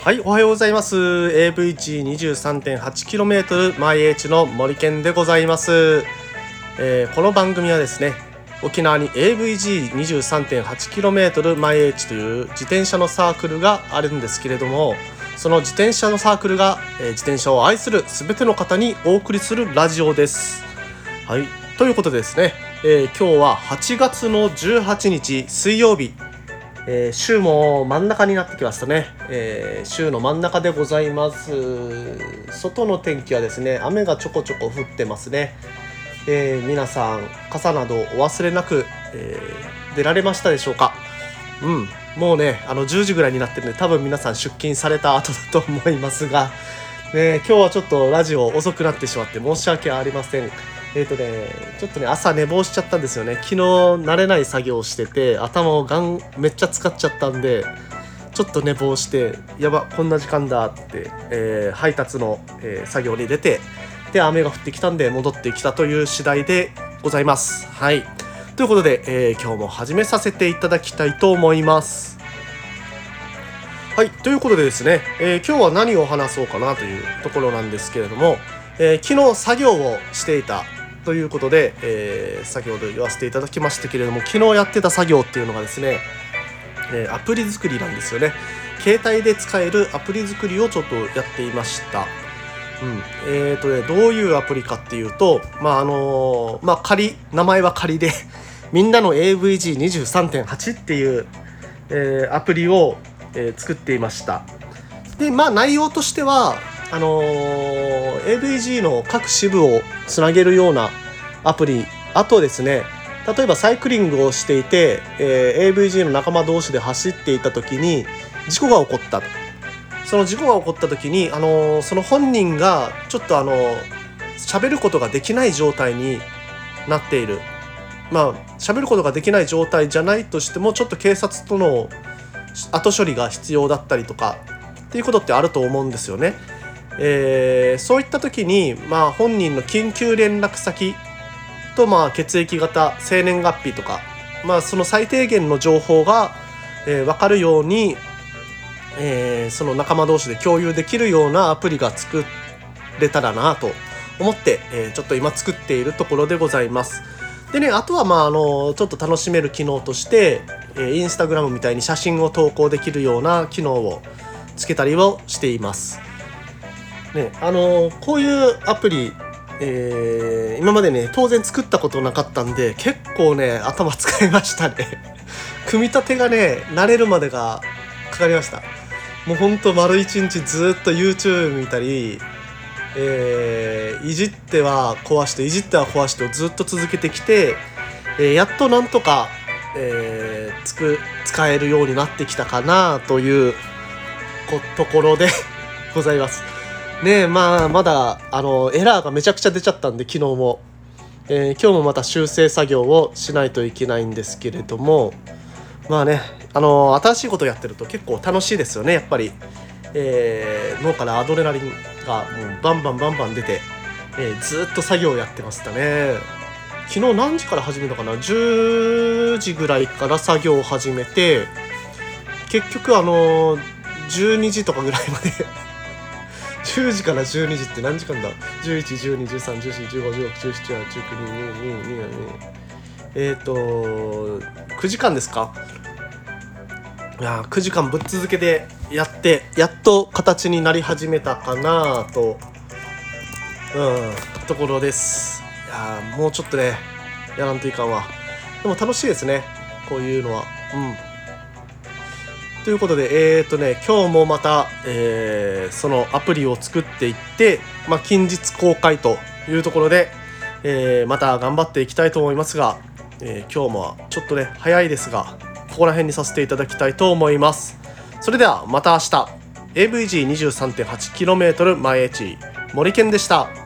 はい、おはようございます。AVG23.8km 毎 H の森健でございます。この番組はですね、沖縄に AVG23.8km 毎 H という自転車のサークルがあるんですけれども、その自転車のサークルが、自転車を愛するすべての方にお送りするラジオです。はい、ということでですね、今日は8月の18日水曜日、週も真ん中になってきましたね。週の真ん中でございます。外の天気はですね、雨がちょこちょこ降ってますね。皆さん傘などお忘れなく、出られましたでしょうか。もうね10時ぐらいになってるんで、多分皆さん出勤された後だと思いますが、今日はちょっとラジオ遅くなってしまって申し訳ありません。ちょっとね朝寝坊しちゃったんですよね。昨日慣れない作業をしてて頭をめっちゃ使っちゃったんで、ちょっと寝坊してやばこんな時間だって、配達の、作業に出て、で雨が降ってきたんで戻ってきたという次第でございます。はい、ということで、今日も始めさせていただきたいと思います。はい、ということでですね、今日は何を話そうかなというところなんですけれども、昨日作業をしていたということで、先ほど言わせていただきましたけれども、昨日やってた作業っていうのがですね、アプリ作りなんですよね。携帯で使えるアプリ作りをちょっとやっていました。どういうアプリかっていうと、名前は仮でみんなの AVG23.8 っていう、アプリを、作っていました。で内容としてはAVG の各支部をつなげるようなアプリ、あとですね、例えばサイクリングをしていて、AVG の仲間同士で走っていた時に事故が起こったと。その事故が起こった時に、その本人がちょっと喋ることができない状態になっている。喋ることができない状態じゃないとしても、ちょっと警察との後処理が必要だったりとかっていうことってあると思うんですよね。そういった時に、本人の緊急連絡先と、血液型、生年月日とか、その最低限の情報が、分かるように、その仲間同士で共有できるようなアプリが作れたらなと思って、ちょっと今作っているところでございます。でね、あとはちょっと楽しめる機能として、インスタグラムみたいに写真を投稿できるような機能をつけたりをしています。こういうアプリ、今までね当然作ったことなかったんで、結構ね頭使いましたね組み立てがね慣れるまでがかかりました。もうほんと丸1日ずっと YouTube 見たり、いじっては壊してをずっと続けてきて、やっとなんとか、使えるようになってきたかなというところでございますね。まだエラーがめちゃくちゃ出ちゃったんで、昨日も、今日もまた修正作業をしないといけないんですけれども、新しいことをやってると結構楽しいですよね。やっぱり、脳からアドレナリンがもうバンバン出て、ずっと作業をやってましたね。昨日何時から始めたかな、10時ぐらいから作業を始めて、結局12時とかぐらいまで10時から12時って何時間だ、11、12、13、14、15、16、17、18、19、20、9時間ですか。いや9時間ぶっ続けてやって、やっと形になり始めたかなとところです。いやもうちょっとねやらんといかんわ。でも楽しいですね、こういうのは。ということで今日もまた、そのアプリを作っていって、近日公開というところで、また頑張っていきたいと思いますが、今日もちょっとね早いですがここら辺にさせていただきたいと思います。それではまた明日。 AVG23.8km 毎 H 森健でした。